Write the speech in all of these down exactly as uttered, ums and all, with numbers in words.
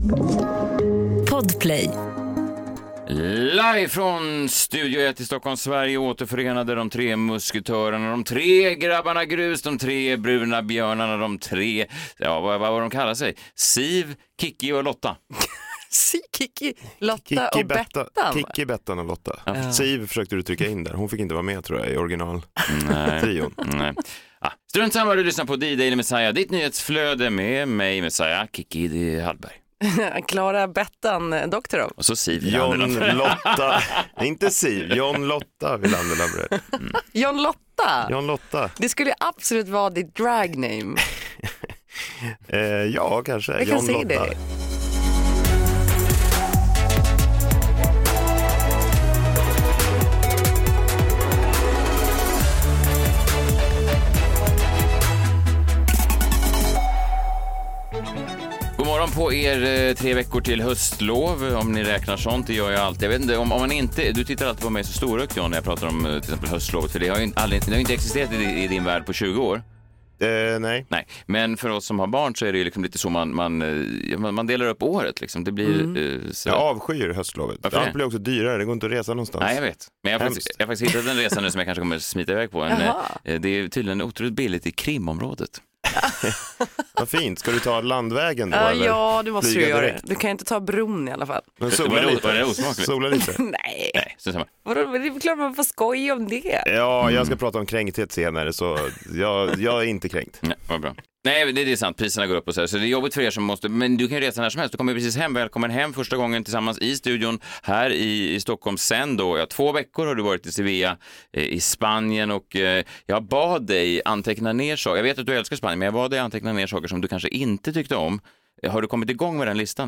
Podplay. Live från Studio ett i Stockholm, Sverige återförenade de tre musketörerna, de tre grabbarna Grus, de tre bruna björnarna, de tre, ja vad, vad de kallar sig, Siv, Kiki och Lotta. Kiki, Lotta Kiki, och Betta, Bettan. Kiki, Bettan och Lotta. Ja. Siv försökte du trycka in där. Hon fick inte vara med tror jag i original-trion. Nej. Nej. Ah, strunt samma, du lyssnar på D-Daily Messiah, ditt nyhetsflöde med mig Messiah, Kiki D. Hallberg. Klara Bettan, Doktorov. Och så Siv. John Lotta, inte Siv, John Lotta vill använda det. Mm. John Lotta. John Lotta. Det skulle ju absolut vara ditt drag name. eh, ja, kanske. Jag kan John se Lotta. det. God morgon på er, eh, tre veckor till höstlov, om ni räknar sånt, det gör jag alltid. Jag vet inte, om, om man inte, du tittar alltid på mig så storögt, John, när jag pratar om eh, till exempel höstlovet, för det har ju aldrig, det har inte existerat i, i din värld på tjugo år. Eh, nej. Nej, men för oss som har barn så är det ju liksom lite så man, man, eh, man, man delar upp året liksom. Det blir Mm. eh, så... Jag avskyr höstlovet. Varför Allt det? blir också dyrare, det går inte att resa någonstans. Nej, jag vet. Men jag har, Hemskt. faktiskt, jag har faktiskt hittat en resa nu som jag kanske kommer smita iväg på. En, Jaha. eh, det är tydligen otroligt billigt i Krimområdet. Vad fint, ska du ta landvägen då? Ja, eller? ja, du måste ju Flyga göra det. direkt? Du kan ju inte ta bron i alla fall. Men Var sola det- lite. var det osmakligt? Sola lite. Nej, Nej, så samma. vadå? Det är klart man får skoja om det. Ja, jag ska prata om kränkthet senare så jag, jag är inte kränkt. Nej, vad bra. Nej, det, det är sant. Priserna går upp och så här. Så det är jobbigt för er som måste... Men du kan ju resa när som helst. Du kommer precis hem. Välkommen hem första gången tillsammans i studion här i, i Stockholm. Sen då, ja, två veckor har du varit i Sevilla eh, i Spanien och eh, jag bad dig anteckna ner saker. Jag vet att du älskar Spanien, men jag bad dig anteckna ner saker som du kanske inte tyckte om. Har du kommit igång med den listan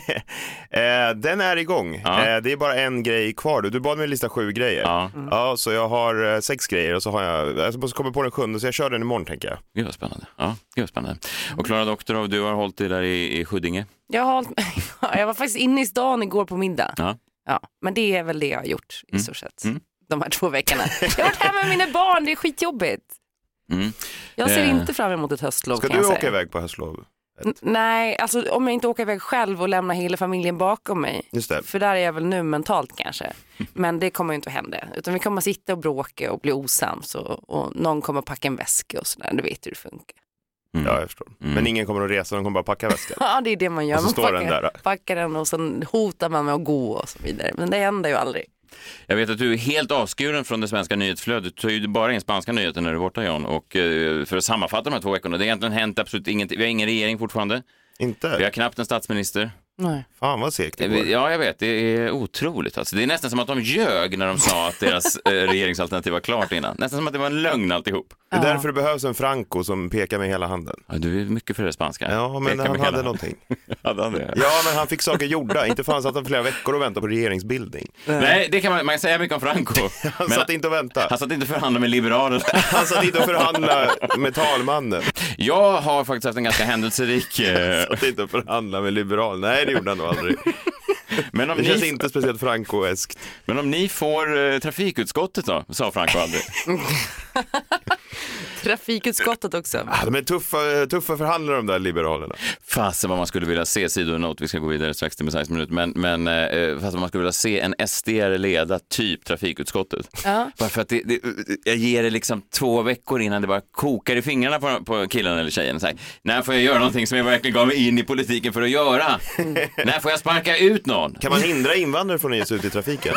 eller? eh, den är igång. Ja. Eh, det är bara en grej kvar. Du, du bad mig lista sju grejer. Ja. Ja, så jag har eh, sex grejer och så har jag, jag måste komma på den sjunde så jag kör den imorgon tänker jag. Gud vad spännande. Ja, gud vad spännande. Och Klara Doktorov, du har hållit dig där i, i Skyddinge. Jag, har hållit... jag var faktiskt inne i stan igår på middag. Ja. Ja, men det är väl det jag har gjort i Mm. stort sett. Mm. De här två veckorna. Jag har varit hemma med mina barn, det är skitjobbigt. Mm. Jag ser Eh. inte fram emot ett höstlov. Ska kan du jag åka säga. iväg på höstlov? N- Nej, alltså om jag inte åker iväg själv och lämnar hela familjen bakom mig. Just det. För där är jag väl nu mentalt kanske. Men det kommer ju inte att hända. Utan vi kommer att sitta och bråka och bli osams. Och, och någon kommer att packa en väska och sådär. Du vet hur det funkar. Mm. Ja, jag förstår. Mm. Men ingen kommer att resa, de kommer bara packa väskan. Ja, det är det man gör. Och så Man står packar, den där. packar den och sen hotar man med att gå och så vidare. Men det händer ju aldrig. Jag vet att du är helt avskuren från det svenska nyhetsflödet. Du tar ju bara in spanska nyheter när du är borta, John. Och eh, för att sammanfatta de här två veckorna, det har egentligen hänt absolut ingenting. Vi har ingen regering fortfarande. Vi Inte? har knappt en statsminister. Nej. Fan vad segt det Eh, går. vi- Ja, jag vet. Det är otroligt. Alltså, det är nästan som att de ljög när de sa att deras eh, regeringsalternativ var klart innan. Nästan som att det var en lögn alltihop. Det är därför det behövs en Franco som pekar med hela handen. Ja, du är mycket för det spanska. Ja, men Peka han med hade hela- någonting. Hade han det? Ja, men han fick saker gjorda. Inte fanns att han flera veckor och väntade på regeringsbildning. Nej, det kan man, man kan säga mycket om Franco. Han Men satt inte och väntade. han satt inte och förhandlade med liberaler. Han satt inte och förhandlade med talmannen. Jag har faktiskt haft en ganska händelserik... Eh, Satt inte och förhandlade med liberal. Nej, det gjorde han nog aldrig. men, om Det känns ni, inte speciellt Franco-eskt. men om ni får eh, trafikutskottet då, sa Franco aldrig. Trafikutskottet också. Ah, de är tuffa, tuffa förhandlare de där liberalerna. Fasen vad man skulle vilja se, sidonot, vi ska gå vidare strax till med sex minuter, men, men eh, fast vad man skulle vilja se en S D-are leda typ trafikutskottet. Ja. Bara för att det, det, jag ger det liksom två veckor innan det bara kokar i fingrarna på, på killen eller tjejen. Så här, när får jag göra någonting som jag verkligen gav mig in i politiken för att göra? När får jag sparka ut någon? Kan man hindra invandrare från att ge sig ut i trafiken?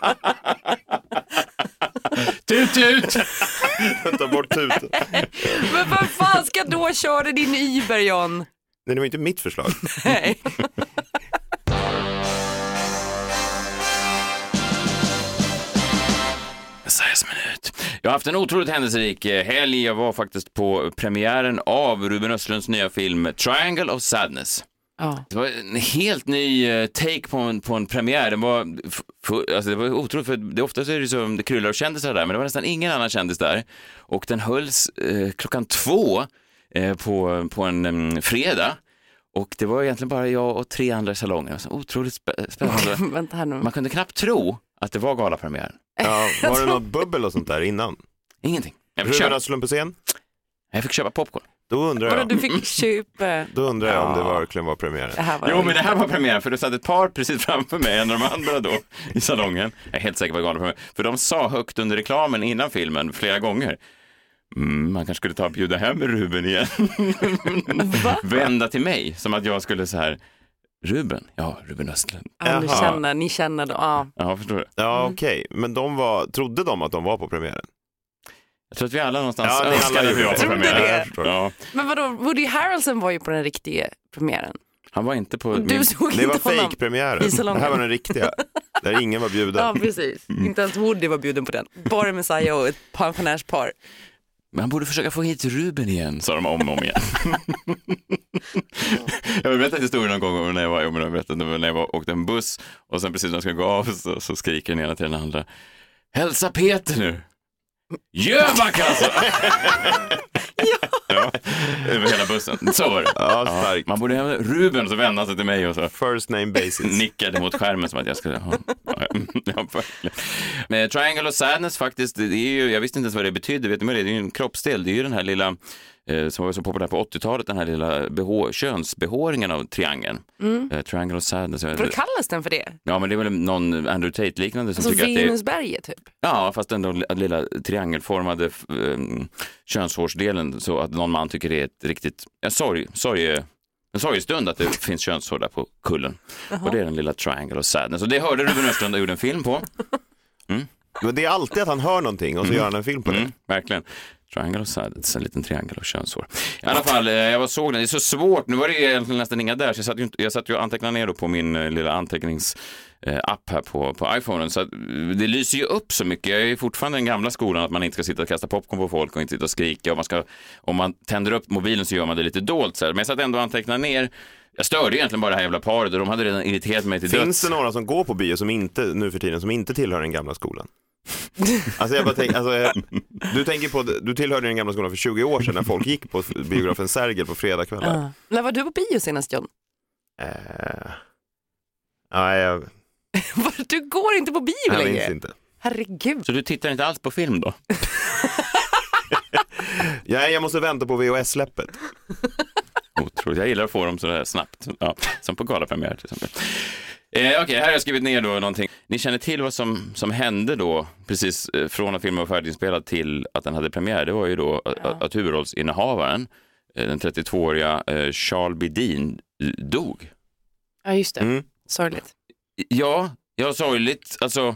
Tut, tut! Ta bort tuten. Men vad fan ska då köra din Uber, John? Nej, det var inte mitt förslag. Nej. Messiahs minut. Jag har haft en otroligt händelserik helg. Jag var faktiskt på premiären av Ruben Östlunds nya film Triangle of Sadness. Ja. Det var en helt ny eh, take på en, på en premiär. Det var, f- f- alltså det var otroligt, för det ofta så är det så det kryllar och kändisar där, men det var nästan ingen annan kändis där. Och den hölls eh, klockan två eh, på, på en um, fredag. Och det var egentligen bara jag och tre andra i salongen. Det var så otroligt spä- spännande. Vänta här nu. Man kunde knappt tro att det var galapremiären. Ja, var det något bubbel och sånt där innan? Ingenting. Jag fick Ruben köpa, Östlund på scen? jag fick köpa popcorn. Då undrar jag. Du fick köpa. Då undrar jag om det verkligen var premiären. Det här var Jo, men det här var premiären, för det satt ett par precis framför mig, en av de andra då i salongen. Jag är helt säker på att det var för mig. För de sa högt under reklamen innan filmen flera gånger. Mm, man kanske skulle ta och bjuda hem Ruben igen. Vända till mig, som att jag skulle så här... Ruben? Ja, Ruben Östlund. Ja, ni känner, ni känner då. Ja, ja förstår du. Ja, okej. Okay. Men de var, trodde de att de var på premiären? Jag tror att vi alla någonstans ja, önskade att vi var på premiären. Ja. Men vadå, Woody Harrelson var ju på den riktiga premiären. Han var inte på... Du min... såg det inte var fake-premiären. Det här var den riktiga. Där ingen var bjuden. Ja, precis. Mm. Inte ens Woody var bjuden på den. Bara Messiah och ett pensionärspar. Men han borde försöka få hit Ruben igen, sa de om och om igen. Jag har berättat historien någon gång när jag var, jag berättade, när jag var, åkte en buss och sen precis när jag ska gå av så, så skriker den ena till den andra. Hälsa Peter nu! Jöback alltså! Ja. Ja, över hela bussen. Så var det. Ja, starkt. Ja, man borde ha Ruben så vända sig till mig och så first name basis. Nickade mot skärmen som att jag skulle ha. Ja, ja, men Triangle of Sadness faktiskt, det är ju, jag visste inte ens vad det betyder. Vet du vad det är? Det är ju en kroppsdel. Det är ju den här lilla eh, som var så populär på åttiotalet, den här lilla behå, könsbehåringen av triangeln. Mm. Eh, Triangle of Sadness. För då kallas den för det? Ja, men det är väl någon Andrew Tate-liknande som alltså tycker att det är... Venusberget typ? Ja, fast ändå lilla triangelformade eh, könshårsdelen så att någon man tycker det är ett riktigt... Ja, sorg, sorg, en sorgestund att det finns könshår där på kullen. Uh-huh. Och det är den lilla Triangle of Sadness. Och det hörde Ruben Östlund och gjorde en film på. Mm. Men det är alltid att han hör någonting och så mm. gör han en film på det. Mm, verkligen. Triangle of Sadness, en liten triangel av könshår. I alla fall, jag var såg den. Det är så svårt. Nu var det egentligen nästan inga där. Så jag satt ju, inte, jag satt ju och antecknade ner då på min uh, lilla anteckningsapp här på, på iPhonen. Så att, det lyser ju upp så mycket. Jag är fortfarande den gamla skolan att man inte ska sitta och kasta popcorn på folk och inte sitta och skrika. Och man ska, om man tänder upp mobilen så gör man det lite dolt. Så här. Men jag satt ändå och antecknade ner. Jag störde egentligen bara det här jävla paret och de hade redan irriterat mig till döds. Finns det några som går på bio som inte, nu för tiden, som inte tillhör den gamla skolan? Alltså jag bara tänk, alltså jag, du tänker på, du tillhörde den gamla skolan för tjugo år sedan när folk gick på biografen Sergel på fredagskvällar. Uh. När var du på bio senast, John? Uh, nej, jag... Du går inte på bio jag längre? Jag minns inte. Herregud. Så du tittar inte alls på film då? Ja, jag måste vänta på V H S-släppet. Otroligt, jag gillar att få dem så där snabbt. Ja, som på galapremiär till exempel. Eh, Okej, okay, här har jag skrivit ner då någonting. Ni känner till vad som, som hände då, precis eh, från att filmen var färdiginspelad till att den hade premiär. Det var ju då ja. att, att huvudrollsinnehavaren, eh, den trettiotvååriga eh, Charles Bedin, dog. Ja, just det. Mm. Sorgligt. Ja, ja, sorgligt. Alltså,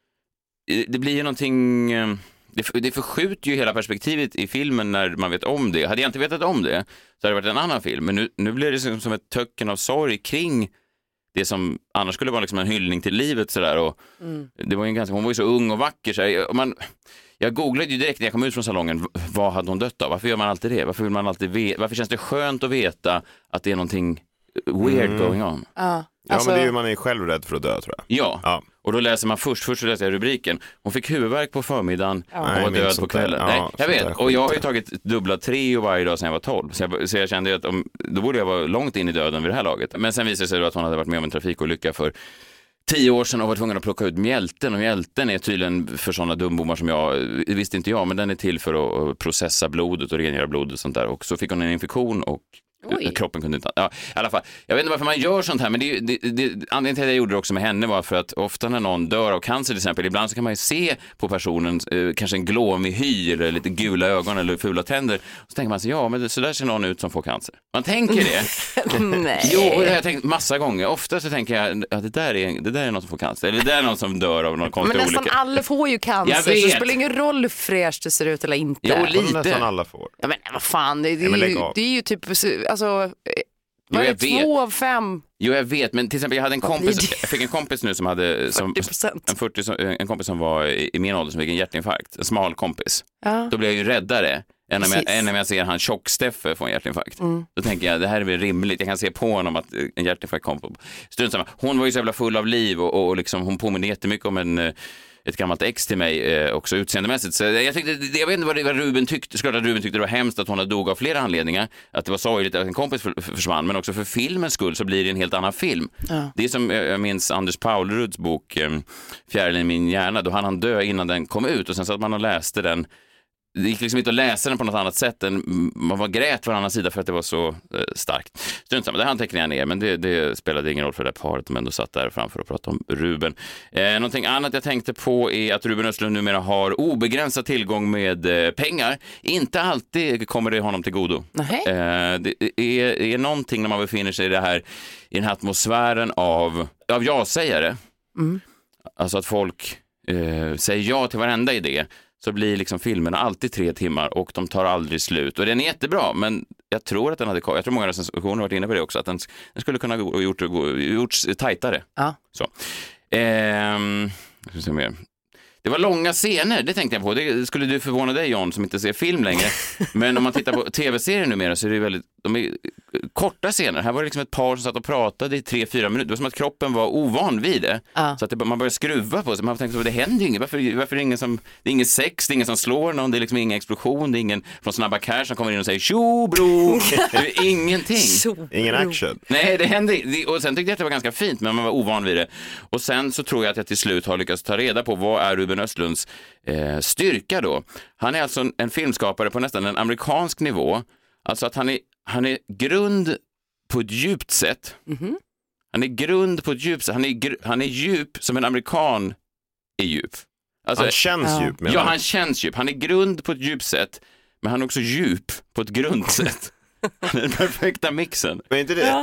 det blir ju någonting... Eh, det, det förskjuter ju hela perspektivet i filmen när man vet om det. Hade jag inte vetat om det så hade det varit en annan film. Men nu, nu blir det som, som ett töcken av sorg kring det som annars skulle vara liksom en hyllning till livet. Sådär. Och mm. det var ju en ganska, hon var ju så ung och vacker. Så man, jag googlade ju direkt när jag kom ut från salongen, vad hade hon dött av? Varför gör man alltid det? Varför vill man alltid veta? Varför känns det skönt att veta att det är någonting weird mm. going on? Ja, ja alltså... men det är ju, man är själv rädd för att dö, tror jag. Ja, ja. Och då läser man först, först så läser jag rubriken. Hon fick huvudvärk på förmiddagen ja. och var död på kvällen. Ja, nej, jag vet, och jag har ju tagit dubbla Treo varje dag sedan jag var tolv. Så jag, så jag kände att om, då borde jag vara långt in i döden vid det här laget. Men sen visade det sig att hon hade varit med om en trafikolycka för tio år sedan och var tvungen att plocka ut mjälten. Och mjälten är tydligen för sådana dumbommar som jag, visste inte jag, men den är till för att processa blodet och rengöra blodet och sånt där. Och så fick hon en infektion och Oj. kroppen kunde inte... Ja, i alla fall. Jag vet inte varför man gör sånt här, men det, det, det, anledningen till att jag gjorde det också med henne var för att ofta när någon dör av cancer till exempel, ibland så kan man ju se på personen eh, kanske en glåmig hy eller lite gula ögon eller fula tänder. Och så tänker man sig, ja men så där ser någon ut som får cancer. Man tänker det. Nej. Jo, det har jag tänkt massa gånger. Ofta så tänker jag, ja, det, där är, det där är någon som får cancer. Eller det där är någon som dör av någon konstig olycka. Men nästan alla får ju cancer, så det spelar ingen roll hur fräscht det ser ut eller inte. Jo, lite. Nästan alla får. Ja, men vad fan, det, det, ja, är, ju, det är ju typ, alltså... Var det två av fem? Jo, jag vet, men till exempel jag hade en kompis, jag fick en kompis nu som hade som, fyrtio procent. En, fyrtio, en kompis som var i, i min ålder som fick en hjärtinfarkt, en smal kompis. Ja. Då blir jag ju räddare än om jag, än om jag ser han tjock-Steffe få en hjärtinfarkt. Mm. Då tänker jag, det här är väl rimligt. Jag kan se på honom att en hjärtinfarkt kom på stund samma. Hon var ju så jävla full av liv och, och liksom, hon påminner jättemycket om en... ett gammalt ex till mig eh, också utseendemässigt. Så jag tyckte, jag vet inte vad, det, vad Ruben tyckte. Såklart att Ruben tyckte det var hemskt att hon dog av flera anledningar. Att det var sorgligt att en kompis för, för, försvann. Men också för filmens skull så blir det en helt annan film. Ja. Det är som jag minns Anders Pauleruds bok eh, Fjärilen i min hjärna. Då hann han dö innan den kom ut. Och sen satt man och läste den det gick liksom inte att läsa den på något annat sätt än man var grät på varannan sida för att det var så eh, starkt. Strunt samma, det här antecknar jag ner, men det, det spelade ingen roll för det paret, men ändå satt där framför och pratade om Ruben. Eh, någonting annat jag tänkte på är att Ruben Östlund numera har obegränsad tillgång med eh, pengar. Inte alltid kommer det honom till godo. Eh, det är, är någonting när man befinner sig i det här, i den här atmosfären av, av ja-sägare. Mm. Alltså att folk eh, säger ja till varenda idé. Så blir liksom filmerna alltid tre timmar och de tar aldrig slut. Och den är jättebra, men jag tror att den hade, jag tror många recensioner har varit inne på det också, att den, den skulle kunna ha gjort, gjorts tajtare. Ja. Så. Ehm, ska se mer. Det var långa scener, det tänkte jag på. Det skulle du förvåna dig, John, som inte ser film längre. Men om man tittar på tv-serier numera så är det väldigt, de är korta scener. Här var det liksom ett par som satt och pratade i tre, fyra minuter. Det var som att kroppen var ovan vid det. Uh. Så att det, man började skruva på sig. Man tänkte så, det händer ju inget. Varför, varför är det ingen som, det är ingen sex, det är ingen som slår någon, det är liksom ingen explosion, det är ingen från Snabba Cash som kommer in och säger tjo bro. Det är ingenting. Ingen action. Nej, det hände. Och sen tyckte jag att det var ganska fint, men man var ovan vid det. Och sen så tror jag att jag till slut har lyckats ta reda på vad är Ruben Östlunds eh, styrka då. Han är alltså en, en filmskapare på nästan en amerikansk nivå. Alltså att han är, han är grund på ett djupt sätt. Mm-hmm. Han är grund på ett djupt sätt. Han är, gr- han är djup som en amerikan är djup. Alltså, han känns ja. djup. Ja, han känns djup. Han är grund på ett djupt sätt, men han är också djup på ett grundsätt. Han är den perfekta mixen. Men inte det... Ja.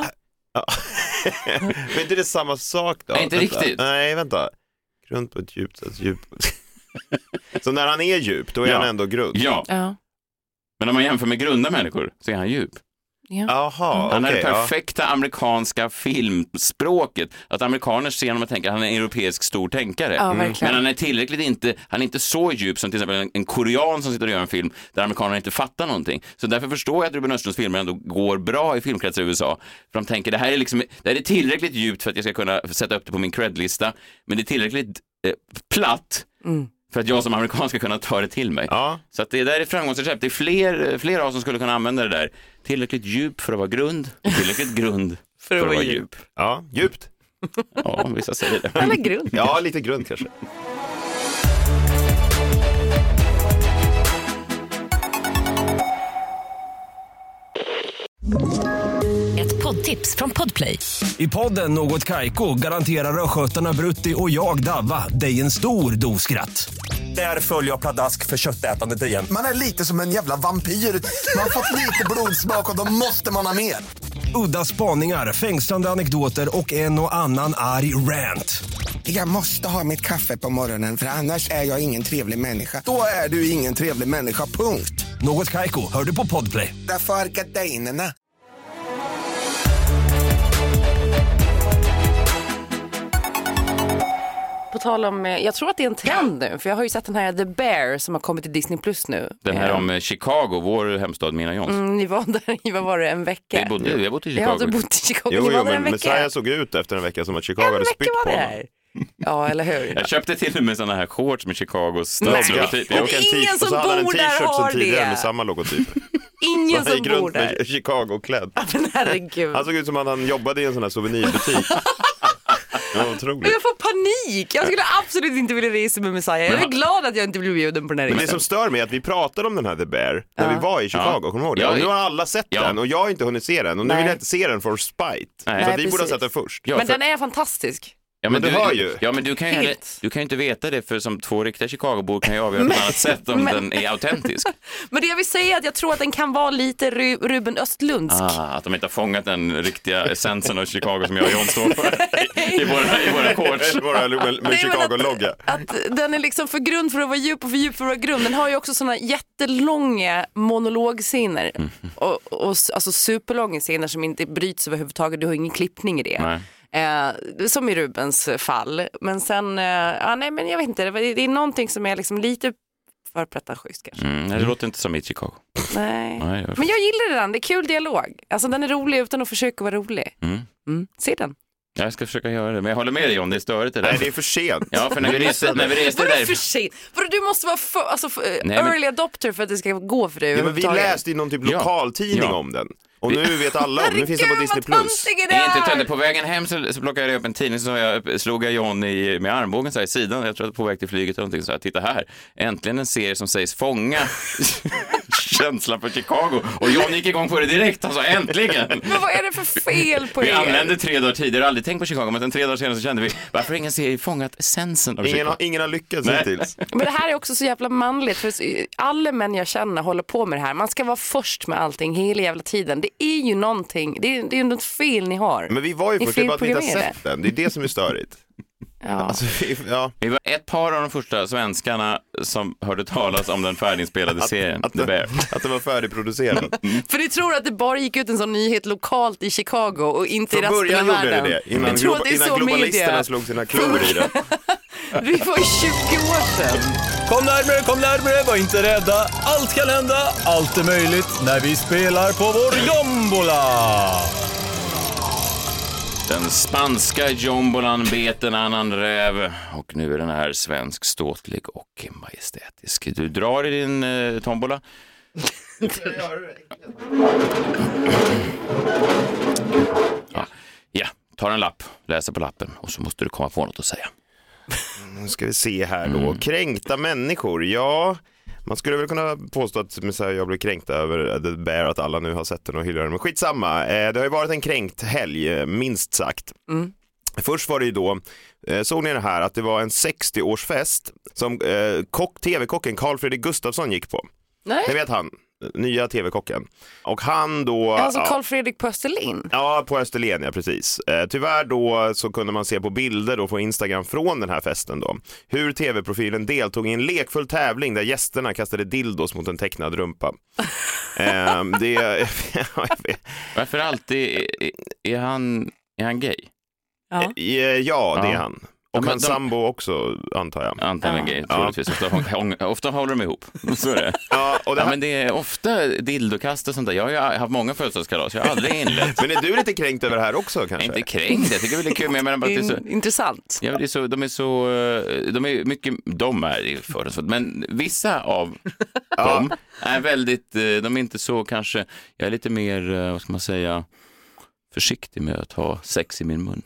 Men inte det samma sak då? Nej, inte vänta. riktigt. Nej, vänta. Grund på ett djupt sätt, djup. Så när han är djup, då är ja. han ändå grund. Ja. ja. Men om man jämför med grunda människor så är han djup. Ja. Aha, han okay, är det perfekta ja. amerikanska filmspråket. Att amerikaner ser honom och tänker att han är en europeisk stor tänkare. Ja, mm. Men han är tillräckligt inte, han är inte så djup som till exempel en, en korean som sitter och gör en film där amerikanerna inte fattar någonting. Så därför förstår jag att Ruben Östlunds filmer ändå går bra i filmkretsar i U S A. För de tänker det här är liksom, det här är tillräckligt djupt för att jag ska kunna sätta upp det på min credlista. Men det är tillräckligt eh, platt. Mm. För att jag som amerikan ska kunna ta det till mig. Ja. Så att det där är framgångsrecept. Det är fler, fler av oss som skulle kunna använda det där. Tillräckligt djup för att vara grund. Tillräckligt grund för, för att vara djup. djup. Ja, djupt. Ja, vissa säger det. Eller grund. Ja, lite grund kanske. Ett poddtips från Podplay. I podden Något Kaiko garanterar röskötarna Brutti och jag Davva dig en stor dos skratt. Där följer jag pladask för köttätandet igen. Man är lite som en jävla vampyr. Man har fått lite blodsmak och då måste man ha mer. Udda spaningar, fängslande anekdoter och en och annan arg rant. Jag måste ha mitt kaffe på morgonen för annars är jag ingen trevlig människa. Då är du ingen trevlig människa, punkt. Något Kaiko, hör du på Podplay. Därför är gardinerna. På tal om, jag tror att det är en trend nu, för jag har ju sett den här The Bear som har kommit till Disney Plus nu. Den här om Chicago, vår hemstad Mina Jons. Mm, ni var där i, vad var det, en vecka? Jag bodde, jag bodde i Chicago. Jag hade bott i Chicago. Jo, ni var jo där en men vecka. Messiah såg ut efter en vecka som att Chicago en hade spytt på honom. Ja, eller hur? Jag köpte till och med sådana här shorts med Chicagos stadslogotyp. Och ingen som bor där har det. Med samma logotyp. Ingen som bor där. Chicago-klädd. Men herregud. Han såg ut som att han jobbade i en sån här souvenirbutik. Ja, otroligt. Jag får panik. Jag skulle absolut inte vilja resa med Messiah. Jag är glad att jag inte blev bjuden på den här resan. Men det som stör mig är att vi pratade om den här The Bear när ja. vi var i Chicago, ja. kommer du ihåg det? Ja. Och nu har alla sett ja. den och jag har inte hunnit se den. Och nu Nej. vill jag inte se den för spite. Nej. Så Nej, vi borde ha sett den först. Ja, men för... den är fantastisk. Ja, men, men du, du har ju. Ja, men du kan ju, heller, du kan ju inte veta det, för som två riktiga Chicago-bor kan ju avgöra på ett annat sätt om men, den är autentisk. Men det jag vill säga är att jag tror att den kan vara lite Ru- Ruben Östlundsk. Ah, att de inte har fångat den riktiga essensen av Chicago som jag och John står för i våra, i våra shorts. Våra med, med Chicago-logga. Att, att den är liksom för grund för att vara djup och för djup för att vara grund. Den har ju också såna jättelånga monologscener. Mm. Och, och alltså superlånga scener som inte bryts överhuvudtaget. Du har ingen klippning i det. Nej. Eh, som i Rubens fall. Men sen, eh, ja, nej men jag vet inte, det, det är någonting som är liksom lite för pretentiöst kanske. Mm, det låter inte som i Chicago. Nej, nej jag men jag gillar den, det är kul dialog. Alltså den är rolig utan att försöka vara rolig. Mm. Mm. Se den. Jag ska försöka göra det, men jag håller med dig John, det är störigt det där. Nej, det är för sent. Ja, för när vi reste, när vi reste där... Vadå för sent? Vadå, du måste vara för, alltså, för, Nej, early men... adopter för att det ska gå för dig. Ja, men vi läste i någon typ lokaltidning ja. om den. Och nu vet alla om, nu finns det på Disney plus. Det är inte töntigt. På vägen hem så, så plockade jag upp en tidning, så jag, slog jag John i, med armbågen så här i sidan. Jag tror att på väg till flyget och någonting så här, titta här, äntligen en serie som sägs fånga känslan för Chicago. Och John gick igång på det direkt, han sa äntligen. Men vad är det för fel på vi er? Vi anlände tre dagar tidigare, jag har aldrig tänkt på Chicago, men en tre dagar senare så kände vi, varför har ingen serie fångat essensen av ingen Chicago? har, ingen har lyckats hittills. Men det här är också så jävla manligt, för alla män jag känner håller på med det här. Man ska vara först med allting hela jävla tiden. Det är ju någonting, det är, det är ju något fel ni har. Men vi var ju först, det är bara att vi inte har sett den. Det är det som är störigt. Ja. Alltså, vi, ja. Vi var ett par av de första svenskarna som hörde talas om den färdiginspelade serien att, The Bear. Att den var färdigproducerad. För ni tror att det bara gick ut en sån nyhet lokalt i Chicago och inte Från i resten början av gjorde världen. det det, innan, Jag tror glo- att det är innan så globalisterna media. slog sina klor i det. Det var tjugo år sedan. Kom närmare, kom närmare, var inte rädda. Allt kan hända, allt är möjligt när vi spelar på vår jombola. Den spanska jombolan bet en annan räv och nu är den här svensk, ståtlig och majestätisk. Du drar i din eh, tombola. Ja. ja, tar en lapp, läser på lappen och så måste du komma på något att säga. Nu ska vi se här då. Mm. Kränkta människor, ja... Man skulle väl kunna påstå att här, jag blev kränkt över The Bear, att alla nu har sett den och hyllar den. Men skitsamma, eh, det har ju varit en kränkt helg, minst sagt. Mm. Först var det ju då, eh, såg ni det här, att det var en sextio-årsfest som eh, kock, tv-kocken Carl Fredrik Gustafsson gick på. Nej. Det vet han, nya tv-kocken. Och han då... Alltså Carl ja, Fredrik på Österlen? Ja, på Österlen, ja precis. Eh, tyvärr då så kunde man se på bilder då på Instagram från den här festen då hur tv-profilen deltog i en lekfull tävling där gästerna kastade dildos mot en tecknad rumpa. eh, det... Varför alltid är, är, han, är han gay? Ja, eh, ja det är Ja. han. Och men hans de- sambo också, antar jag. Antagligen gay, troligtvis. Ofta, hång- ofta håller de ihop. Så är det. Ja, och det Ja, här... men det är ofta dildokast och sånt där. Jag har ju haft många födelsedagskalas, jag har aldrig inlett. Men är du lite kränkt över det här också kanske? Inte kränkt, jag tycker väl det är kul, men jag menar bara att det är så... In, intressant. Ja, det är så, de är så, eh, de är mycket, de är i fördomsfullt, men vissa av dem är väldigt, eh, de är inte så kanske, jag är lite mer, eh, vad ska man säga, försiktig med att ha sex i min mun.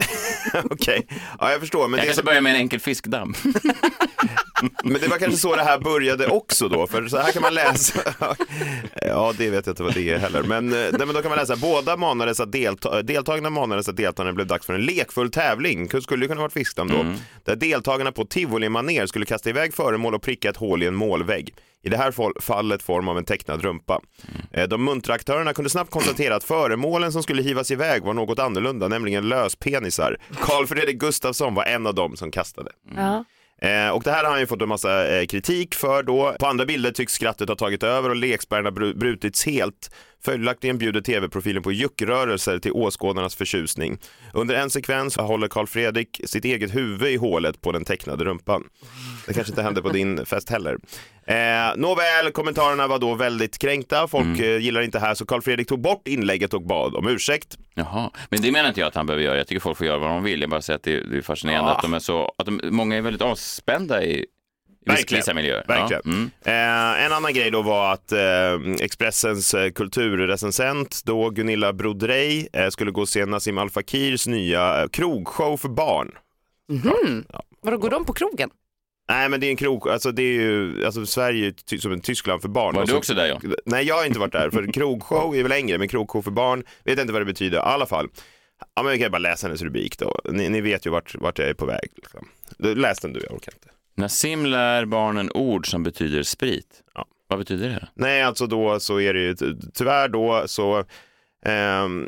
Okej, ja jag förstår. Men Jag det, kanske som... börjar med en enkel fiskdamm. men det var kanske så det här började också då, för så här kan man läsa. Ja, det vet jag inte vad det är heller. Men, nej, men då kan man läsa, båda manades att delta... deltagarna manades att deltagarna blev dags för en lekfull tävling. Det skulle ju kunna varit fiskdamm då. Mm. Där deltagarna på tivoli-manér skulle kasta iväg föremål och pricka ett hål i en målvägg. I det här fallet form av en tecknad rumpa. Mm. De muntra aktörerna kunde snabbt konstatera att föremålen som skulle hivas iväg var något annorlunda, nämligen löspenisar. Carl Fredrik Gustafsson var en av dem som kastade. Mm. Ja. Eh, och det här har han ju fått en massa eh, kritik för då. På andra bilder tycks skrattet ha tagit över och lekspärrarna br- brutits helt. Följaktligen bjuder tv-profilen på juckrörelser till åskådarnas förtjusning. Under en sekvens håller Carl Fredrik sitt eget huvud i hålet på den tecknade rumpan. Det kanske inte hände på din fest heller. Eh, nåväl, kommentarerna var då väldigt kränkta. Folk mm. eh, gillar inte här, så Carl Fredrik tog bort inlägget och bad om ursäkt. Jaha, men det menar inte jag att han behöver göra. Jag tycker folk får göra vad de vill. Jag bara säger att det är, det är fascinerande Ja. att de är så, att de, många är väldigt avspända i Verkligen. vissa miljöer. Verkligen. Ja. Mm. Eh, en annan grej då var att eh, Expressens eh, kulturrecensent då Gunilla Brodrej eh, skulle gå och se Nassim Al Fakirs nya eh, krogshow för barn. Mm-hmm. Ja. Vadå, går de på krogen? Nej, men det är en krog, alltså det är ju, alltså Sverige är ju ty- som en Tyskland för barn. Var Och du så- också där, ja? Nej, jag har inte varit där, för krogshow är väl längre, men krogshow för barn, vet inte vad det betyder, i alla fall. Ja, men vi kan bara läsa hennes rubrik då. Ni, ni vet ju vart, vart jag är på väg. Liksom. Läs den du, jag orkar inte. Nassim lär barnen ord som betyder sprit. Ja. Vad betyder det? Nej, alltså då så är det ju, tyvärr då så... Ehm,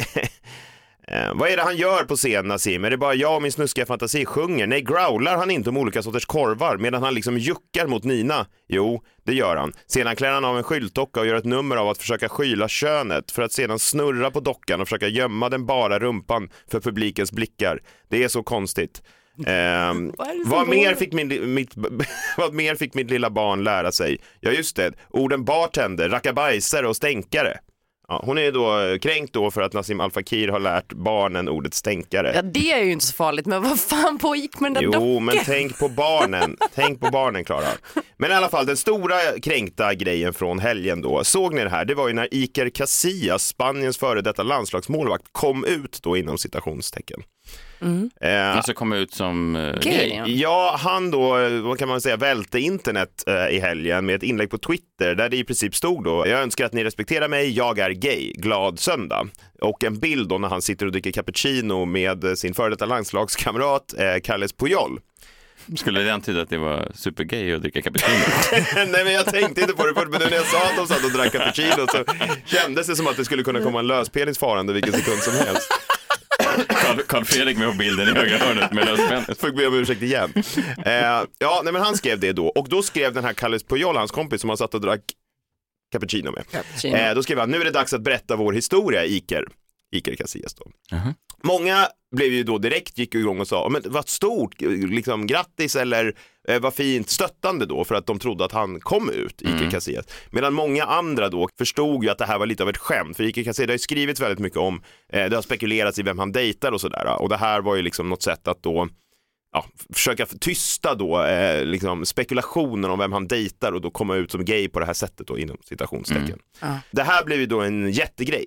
Eh, vad är det han gör på scen, Nassim? Är det bara jag och min snuskiga fantasi sjunger? Nej, growlar han inte om olika sorters korvar medan han liksom juckar mot Nina? Jo, det gör han. Sedan klär han av en skyltdocka och gör ett nummer av att försöka skyla könet för att sedan snurra på dockan och försöka gömma den bara rumpan för publikens blickar. Det är så konstigt. Eh, vad, mer fick min, mitt, vad mer fick mitt lilla barn lära sig? Ja, just det. Orden bartender, rackabajsare och stänkare. Ja, hon är då kränkt då för att Nassim Al Fakir har lärt barnen ordet stänkare. Ja, det är ju inte så farligt, men vad fan pågick med den där Jo, dockan? men tänk på barnen. Tänk på barnen, Klara. Men i alla fall, den stora kränkta grejen från helgen då, såg ni det här? Det var ju när Iker Casillas, Spaniens före detta landslagsmålvakt, kom ut då inom citationstecken. Mm. Eh, alltså kom ut som uh, gay. gay. Ja, han då, vad kan man säga, välte internet eh, i helgen med ett inlägg på Twitter där det i princip stod då: jag önskar att ni respekterar mig, jag är gay, glad söndag. Och en bild då när han sitter och dricker cappuccino med sin före detta landslagskamrat eh, Carles Puyol. Skulle det antyda att det var supergay att dricka cappuccino? Nej, men jag tänkte inte på det först, men nu när jag sa att de satt och drack cappuccino så kändes det som att det skulle kunna komma en löspenis farande vilken sekund som helst. Carl, Carl Fredrik med på bilden i högra hörnet med löspenis. Får be om ursäkt igen. Eh, ja, nej, men han skrev det då. Och då skrev den här Carles Puyol, hans kompis som han satt och drack cappuccino med. Cappuccino. Eh, då skrev han: nu är det dags att berätta vår historia, Iker. Iker Casillas då. Uh-huh. Många blev ju då direkt, gick igång och sa: men vad stort, liksom grattis, eller eh, vad fint, stöttande då, för att de trodde att han kom ut, Iker mm. Casillas. Medan många andra då förstod ju att det här var lite av ett skämt, för Iker Casillas har ju skrivit väldigt mycket om, eh, det har spekulerats i vem han dejtar och sådär, och det här var ju liksom något sätt att då ja, försöka tysta då eh, liksom spekulationer om vem han dejtar och då komma ut som gay på det här sättet då, inom citationstecken. Mm. Ja. Det här blev ju då en jättegrej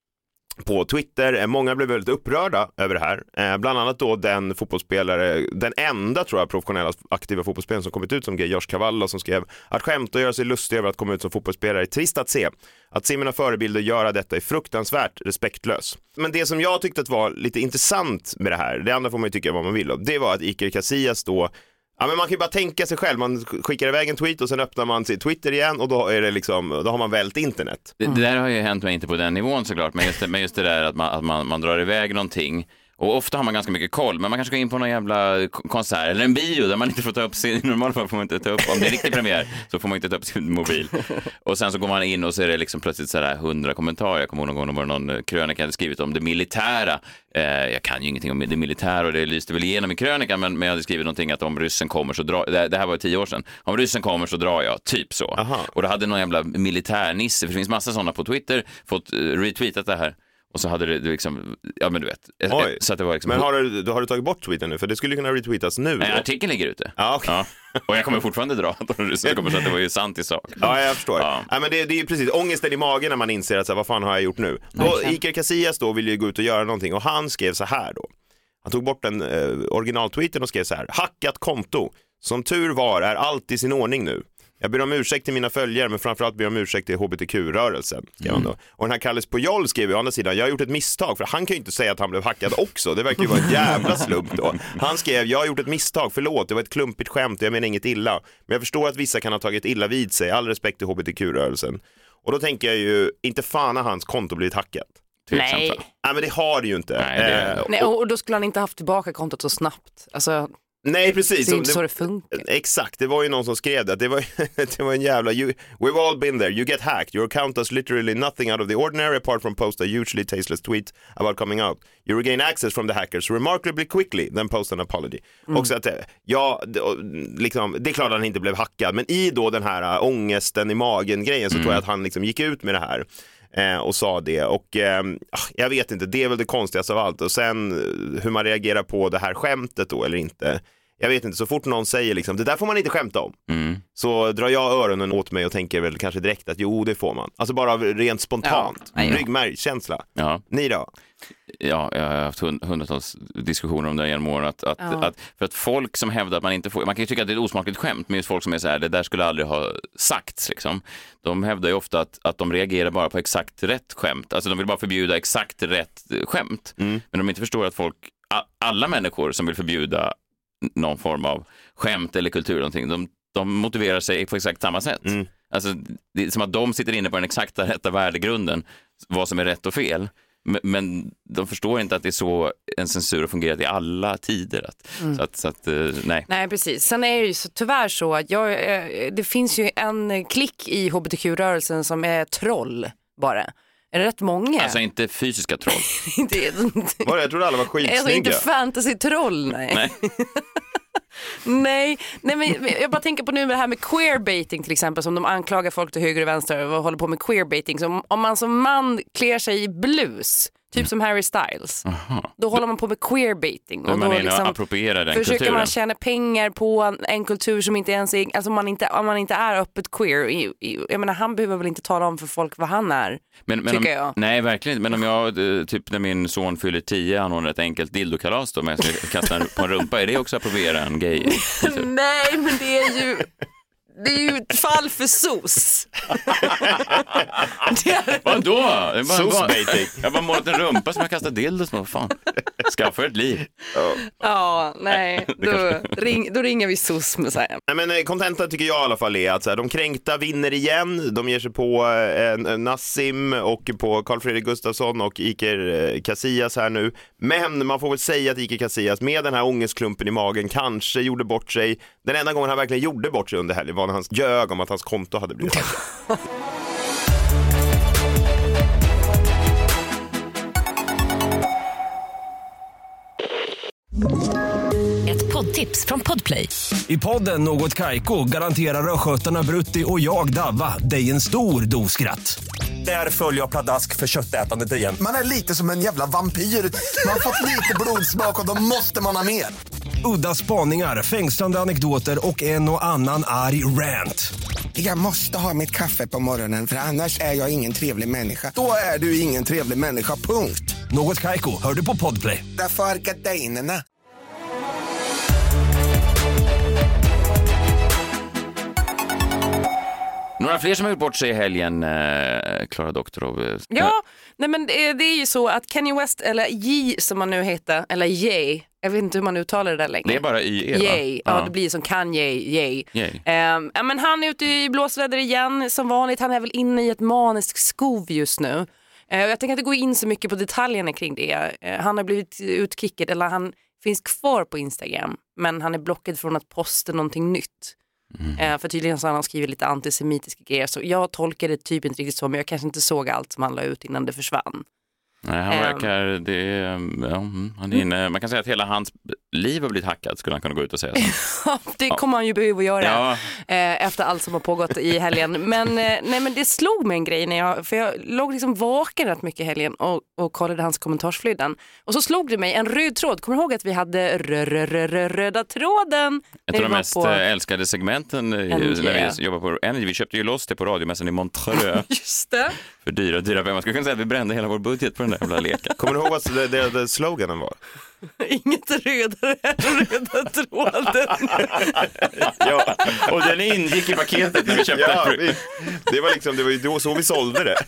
på Twitter. Många blev väldigt upprörda över det här. Eh, bland annat då den fotbollsspelare, den enda tror jag professionella aktiva fotbollsspelaren som kommit ut som gay, Josh Cavallo, som skrev att skämta och göra sig lustig över att komma ut som fotbollsspelare är trist att se. Att se mina förebilder göra detta är fruktansvärt respektlös. Men det som jag tyckte att var lite intressant med det här, det andra får man ju tycka vad man vill om, det var att Iker Casillas då, ja, men man kan ju bara tänka sig själv, man skickar iväg en tweet och sen öppnar man sin Twitter igen och då är det liksom, då har man vält internet. Det, det där har ju hänt mig inte på den nivån såklart, men just det, men just det där att, man, att man, man drar iväg någonting. Och ofta har man ganska mycket koll, men man kanske går in på någon jävla konsert eller en bio där man inte får ta upp sin, i normalfall får man inte ta upp, om det är riktig premiär så får man inte ta upp sin mobil. Och sen så går man in och så är det liksom plötsligt sådär hundra kommentarer. Jag kommer ihåg någon gång när någon krönika hade skrivit om det militära. Eh, jag kan ju ingenting om det militära och det lyste väl igenom i krönikan, men, men jag hade skrivit någonting att om ryssen kommer så drar, det, det här var tio år sedan, om ryssen kommer så drar jag, typ så. Aha. Och då hade någon jävla militärnisse, för det finns massa sådana på Twitter, fått uh, retweetat det här. Och så hade det liksom, ja men du vet. Oj. Så att det var liksom, men har du, då har du tagit bort tweeten nu? För det skulle kunna retweetas nu. Nej, artikeln ligger ute. Ah, okay. Ja. Och jag kommer fortfarande dra att det kommer så att det var ju sant i sak. Ja, jag förstår. Ja. Ja, men det, det är ju precis ångesten i magen när man inser att så här, vad fan har jag gjort nu? Då, okay. Iker Casillas då ville ju gå ut och göra någonting och han skrev så här då. Han tog bort den eh, originaltweeten och skrev så här: hackat konto. Som tur var är allt i sin ordning nu. Jag ber om ursäkt till mina följare, men framförallt ber om ursäkt till H B T Q-rörelsen. Mm. Och den här Carles Puyol skrev å andra sidan: jag har gjort ett misstag, för han kan ju inte säga att han blev hackad också. Det verkar ju vara en jävla slump då. Han skrev: jag har gjort ett misstag, förlåt, det var ett klumpigt skämt, jag menar inget illa. Men jag förstår att vissa kan ha tagit illa vid sig, all respekt till H B T Q-rörelsen. Och då tänker jag ju, inte fan har hans konto blivit hackat. Nej. Nej, men det har det ju inte. Nej, det är... eh, Nej, och då skulle han inte haft tillbaka kontot så snabbt. Alltså... Nej, precis. Det är inte så det funkar. Exakt, det var ju någon som skrev det. Det var, det var en jävla... You, we've all been there. You get hacked. Your account does literally nothing out of the ordinary apart from post a usually tasteless tweet about coming out. You regain access from the hackers remarkably quickly, then post an apology. Mm. Och så att, ja, det, liksom, det är klart att han inte blev hackad. Men i då den här ångesten i magen-grejen så mm. tror jag att han liksom gick ut med det här. Eh, och sa det, och eh, jag vet inte, det är väl det konstigaste av allt. Och sen hur man reagerar på det här skämtet då eller inte, jag vet inte, så fort någon säger liksom, det där får man inte skämta om, mm. så drar jag öronen åt mig och tänker väl kanske direkt att jo, det får man. Alltså bara rent spontant, ja. Ryggmärgskänsla. Ja. Ni då? Ja, jag har haft hundratals diskussioner om det genom åren. Att, att, ja. att, för att folk som hävdar att man inte får... Man kan ju tycka att det är ett osmakligt skämt, men just folk som är så här, det där skulle aldrig ha sagts. Liksom. De hävdar ju ofta att, att de reagerar bara på exakt rätt skämt. Alltså de vill bara förbjuda exakt rätt skämt. Mm. Men de inte förstår att folk, alla människor som vill förbjuda någon form av skämt eller kultur, någonting, de, de motiverar sig på exakt samma sätt. Mm. Alltså, det är som att de sitter inne på den exakta rätta värdegrunden, vad som är rätt och fel. Men de förstår inte att det är så en censur har fungerat i alla tider. Att, mm. så att, så att, nej. Nej, precis. Sen är det ju så, tyvärr så att jag, det finns ju en klick i H B T Q-rörelsen som är troll bara. Är det rätt många? Alltså inte fysiska troll. det är inte... Var det? Jag trodde alla var skitsnygga. Alltså inte fantasy-troll, nej. Nej. nej, nej, men jag bara tänker på nu med det här med queerbaiting till exempel, som de anklagar folk till höger och vänster och håller på med queerbaiting. Så om man som man klär sig i blus Typ som Harry Styles. Aha. Då håller man på med queerbaiting. Då och man då är inne och liksom approprierar den försöker kulturen. man tjäna pengar på en, en kultur som inte ens är, alltså man inte, om man inte är öppet queer. I, i, jag menar, han behöver väl inte tala om för folk vad han är, men, men tycker om, jag. Nej, verkligen inte. Men om jag, eh, typ när min son fyller tio, han har ett enkelt dildokalas då, men jag ska kasta på en rumpa, är det också appropriera en gay? Nej, men det är ju... Det är ju ett fall för sos. Vadå? Sos-baiting. Jag har bara målat en rumpa som jag kastar dildos med. Vad fan? Skaffa ett liv. Ja, nej. Då, ring, då ringer vi sos med sig. Nej, men kontenta tycker jag i alla fall är att så här, de kränkta vinner igen. De ger sig på eh, Nassim och på Carl Fredrik Gustafsson och Iker eh, Casillas här nu. Men man får väl säga att Iker Casillas med den här ångestklumpen i magen kanske gjorde bort sig. Den enda gången han verkligen gjorde bort sig under helgen var när han ljög om att hans konto hade blivit hackat. Ett poddtips från Podplay. I podden Något Kaiko garanterar röskötarna Brutti och jag Davva dig en stor dos skratt. Där följer jag pladask för köttätandet igen. Man är lite som en jävla vampyr. Man har fått lite blodsmak och då måste man ha mer. Udda spaningar, fängslande anekdoter och en och annan arg rant. Jag måste ha mitt kaffe på morgonen för annars är jag ingen trevlig människa. Då är du ingen trevlig människa, punkt. Något Kaiko, hör du på Podplay. Därför är gardinerna. Några fler som har gjort bort sig i helgen, eh, Klara Doktorov. Ja, nej men det, det är ju så att Kanye West, eller Ye som man nu heter, eller Ye, jag vet inte hur man uttalar det där längre. Det är bara Y E, Ye, ja, det blir som Kanye, Ye. Ye. Um, ja, men han är ute i blåsväder igen, som vanligt. Han är väl inne i ett maniskt skov just nu. Uh, jag tänker inte gå in så mycket på detaljerna kring det. Uh, han har blivit utkickad, eller han finns kvar på Instagram, men han är blockad från att posta någonting nytt. Mm. Eh, för tydligen så har han skrivit lite antisemitiska grejer, så jag tolkar det typ inte riktigt så, men jag kanske inte såg allt som han la ut innan det försvann. Nej, han verkar, det är, ja, han är inne, man kan säga att hela hans liv har blivit hackat, skulle han kunna gå ut och säga så. Det kommer han ju behöva göra, ja. eh, efter allt som har pågått i helgen. Men, eh, nej, men det slog mig en grej, när jag, för jag låg liksom vaken rätt mycket i helgen och, och kollade hans kommentarsflöden. Och så slog det mig en röd tråd. Kommer du ihåg att vi hade rö, rö, rö, rö, röda tråden? Ett av de mest på älskade segmenten när vi jobbar på Energy. Vi köpte ju loss det på radiomässan i Montreux. Just det. För dyra, dyra pengar. Man skulle kunna säga att vi brände hela vår budget på den där jävla leken. Kommer du ihåg vad det, det, det sloganen var? Inget rödare än röda tråden. Ja, och den ingick i paketet när vi köpte ja, det. Vi, det var liksom, det var ju då så vi sålde det.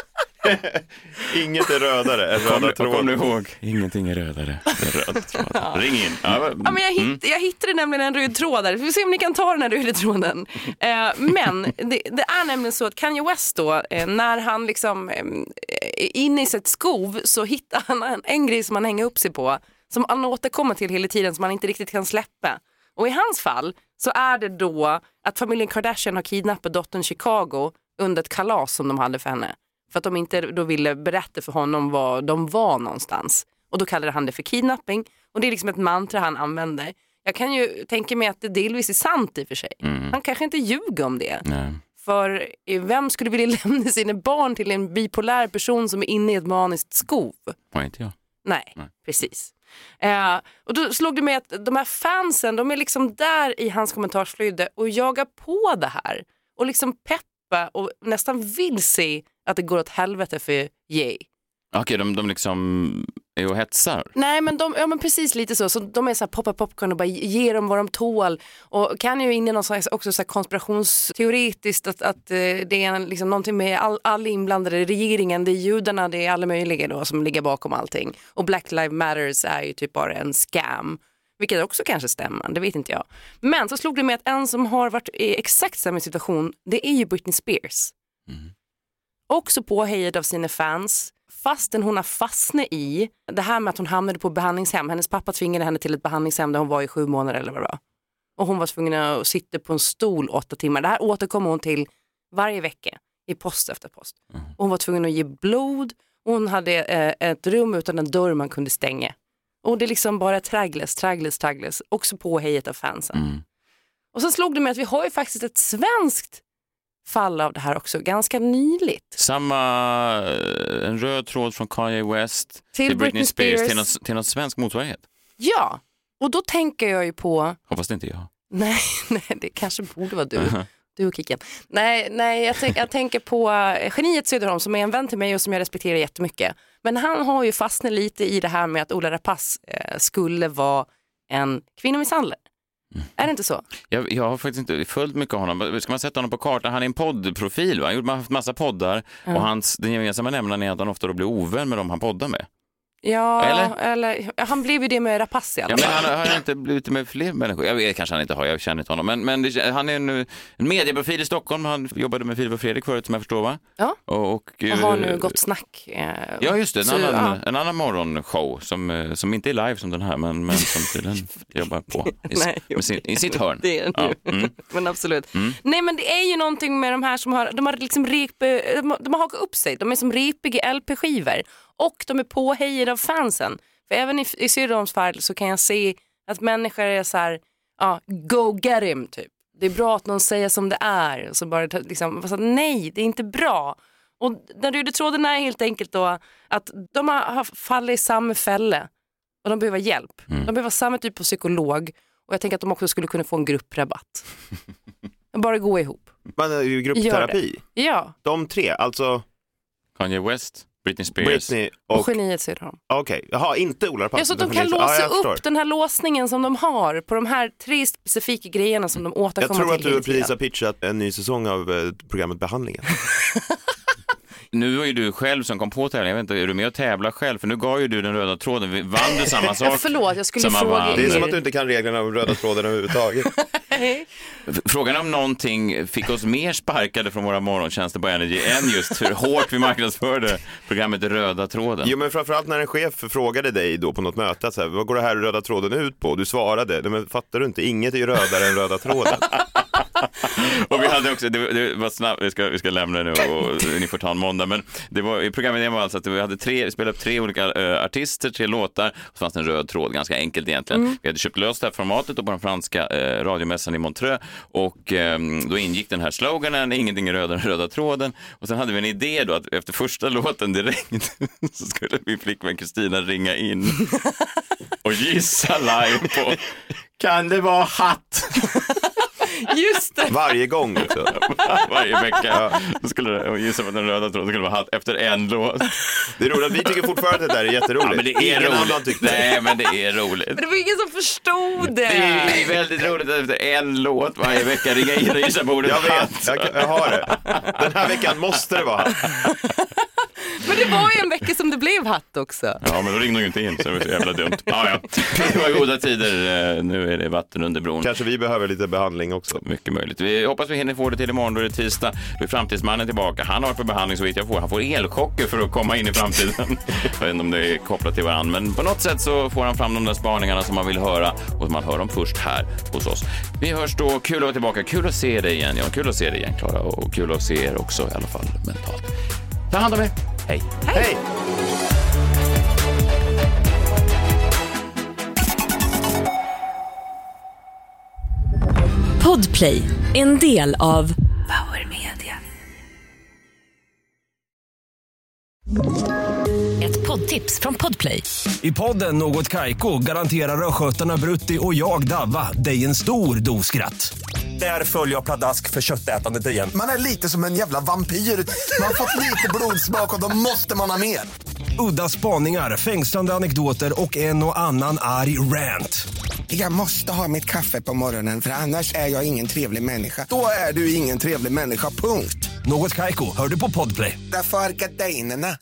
Inget är rödare än röda tråden. Kom du ihåg? Ingenting är rödare än röda tråden. Ja. Ring in. Ja, ja, men jag, hitt, mm. jag hittade nämligen en röd tråd där. Vi får se om ni kan ta den här röda tråden. Eh, men det, det är nämligen så att Kanye West då, eh, när han liksom eh, är inne i sitt skov, så hittar han en, en grej som han hänger upp sig på, som han återkommer till hela tiden, som han inte riktigt kan släppa. Och i hans fall så är det då att familjen Kardashian har kidnappat dottern Chicago under ett kalas som de hade för henne. För att de inte då ville berätta för honom var de var någonstans. Och då kallade han det för kidnapping. Och det är liksom ett mantra han använder. Jag kan ju tänka mig att det delvis är sant i och för sig. Mm. Han kanske inte ljuger om det. Nej. För vem skulle vilja lämna sina barn till en bipolär person som är inne i ett maniskt skov? Nej, inte jag. Nej, Nej. precis. Uh, och då slog det mig att de här fansen, de är liksom där i hans kommentarsflöde och jagar på det här. Och liksom peppa och nästan vill se att det går åt helvete för Ye. Okej, okay, de, de liksom är och hetsar. Nej, men de, ja men precis lite så. Så de är så här poppa popcorn och bara ger dem vad de tål. Och kan ju in i någon slags också så här konspirationsteoretiskt att, att det är liksom någonting med all, all inblandade, regeringen, det är judarna, det är alla möjliga då som ligger bakom allting. Och Black Lives Matters är ju typ bara en scam. Vilket också kanske stämmer, det vet inte jag. Men så slog det mig att en som har varit i exakt samma situation, det är ju Britney Spears. Mm. Också påhejad av sina fans, fastän hon har fastnat i det här med att hon hamnade på behandlingshem. Hennes pappa tvingade henne till ett behandlingshem där hon var i sju månader eller vad det var. Och hon var tvungen att sitta på en stol åtta timmar. Det här återkommer hon till varje vecka i post efter post. Mm. Och hon var tvungen att ge blod. Och hon hade eh, ett rum utan en dörr man kunde stänga. Och det är liksom bara traggles, traggles, traggles. Också påhejat av fansen. Mm. Och så slog det mig att vi har ju faktiskt ett svenskt fall av det här också ganska nyligt. Samma, en röd tråd från Kanye West till, till Britney, Britney Spears, Spears till någon, till någon svensk motsvarighet. Ja, och då tänker jag ju på... Hoppas det inte jag. Nej, nej, det kanske borde vara du. Uh-huh. Du och Kicken. Nej, nej jag, tänk, jag tänker på Geniet Söderholm som är en vän till mig och som jag respekterar jättemycket. Men han har ju fastnat lite i det här med att Ola Rapace eh, skulle vara en kvinnomisshandlare. Mm. Är det inte så? Jag, jag har faktiskt inte följt mycket av honom. Ska man sätta honom på kartan? Han är en poddprofil, va? Han har haft massa poddar. Mm. Och hans, den gemensamma nämnaren är att han ofta då blir ovän med dem han poddar med. Ja, eller? eller han blev ju det med Rapace i alla fall. Ja, men han har inte blivit med fler människor. Jag vet, kanske han inte har, jag känner inte honom. Men, men det, han är en, en medieprofil i Stockholm. Han jobbade med Filip och Fredrik förut, som jag förstår, va? Ja, och, och, och har nu Gott snack. Eh, ja, just det. En, så, annan, ja. en annan morgonshow som, som inte är live som den här, men, men som tydligen jobbar på i, Nej, med sin, i sitt hörn. Det är det nu. Ja, mm. Men absolut. Mm. Nej, men det är ju någonting med de här som har, de har liksom rep, de har, de har hakat upp sig. De är som repiga L P-skivor. Och de är påhejade av fansen. För även i, i Söderholms fall så kan jag se att människor är så här, ja, go get him typ. Det är bra att någon säger som det är. Och så bara liksom, så, nej, det är inte bra. Och den röda tråden är helt enkelt då att de har, har fallit i samma fälle. Och de behöver hjälp. Mm. De behöver samma typ av psykolog. Och jag tänker att de också skulle kunna få en grupprabatt. Bara gå ihop. Man är ju gruppterapi. Ja. De tre, alltså... Kanye West, Britney Spears. Britney och, och Geniet Söderholm. Okej, okay. Jaha, inte Ola Rapace. Ja, så att de kan låsa ja, upp den här låsningen som de har på de här tre specifika grejerna som de återkommer till. Jag tror att du precis har pitchat en ny säsong av eh, programmet Behandlingen. Nu var ju du själv som kom på tävlingen. Jag vet inte, är du med och tävla själv? För nu gav ju du den röda tråden. Vann du samma sak? Förlåt, jag skulle fråga vann. Det är som att du inte kan reglerna om röda tråden överhuvudtaget. Frågan om någonting fick oss mer sparkade från våra morgontjänster på Energy än just hur hårt vi marknadsförde programmet Röda tråden. Jo, men framförallt när en chef frågade dig då på något möte så här, vad går det här röda tråden ut på? Du svarade, nej, men fattar du inte, inget är ju rödare än röda tråden. Och vi hade också, det, det var snabbt, vi ska, vi ska lämna det nu och ni får ta en måndag, men det var, i programmet var alltså att vi hade tre, spelat upp tre olika uh, artister, tre låtar, och så fanns det en röd tråd, ganska enkelt egentligen. Mm. Vi hade köpt löst det här formatet och på den franska uh, radiomässan i Montreux, och um, då ingick den här sloganen, ingenting är rödare än röda tråden, och sen hade vi en idé då att efter första låten direkt så skulle min flickvän Kristina ringa in och gissa live på, kan det vara hatt? Just det. Varje gång också. Varje vecka. Ja. Då skulle det gissa på den röda tråden skulle vara hatt efter en låt. Det är roligt, vi tycker fortfarande att det där är jätteroligt. Ja, men det är Ingen roligt. Nej, men det är roligt. Men det var ingen som förstod det. Det är väldigt roligt att efter en låt varje vecka ringa in och gissa på ordet jag hatt. vet, jag, jag har det. Den här veckan måste det vara hatt. Men det var ju en vecka som det blev hatt också. Ja, men då ringde ju inte in, så det var så jävla dumt. Ja, ja. Det var goda tider. Nu är det vatten under bron. Kanske vi behöver lite behandling också. Mycket möjligt. Vi hoppas vi hinner få det till imorgon, då är det tisdag. Då är framtidsmannen tillbaka. Han har för behandling så vitt jag får. Han får elchocker för att komma in i framtiden. Jag vet inte om det är kopplat till varandra, men på något sätt så får han fram de där spaningarna som man vill höra, och man hör dem först här hos oss. Vi hörs då. Kul att vara tillbaka. Kul att se dig igen. Ja, kul att se dig igen, Klara. Och kul att se er också, i alla fall mentalt. Ta hand om er. Hej. Hej. Hej. Podplay, en del av Power Media. Ett poddtips från Podplay. I podden Något Kaiko garanterar röskötarna Brutti och jag Davva dig en stor doskratt. Där följer jag pladask för köttätandet igen. Man är lite som en jävla vampyr. Man har fått lite blodsmak och då måste man ha mer. Udda spaningar, fängslande anekdoter och en och annan arg rant. Jag måste ha mitt kaffe på morgonen för annars är jag ingen trevlig människa. Då är du ingen trevlig människa, punkt. Något Kaiko, hör du på Podplay. Därför är gardinerna.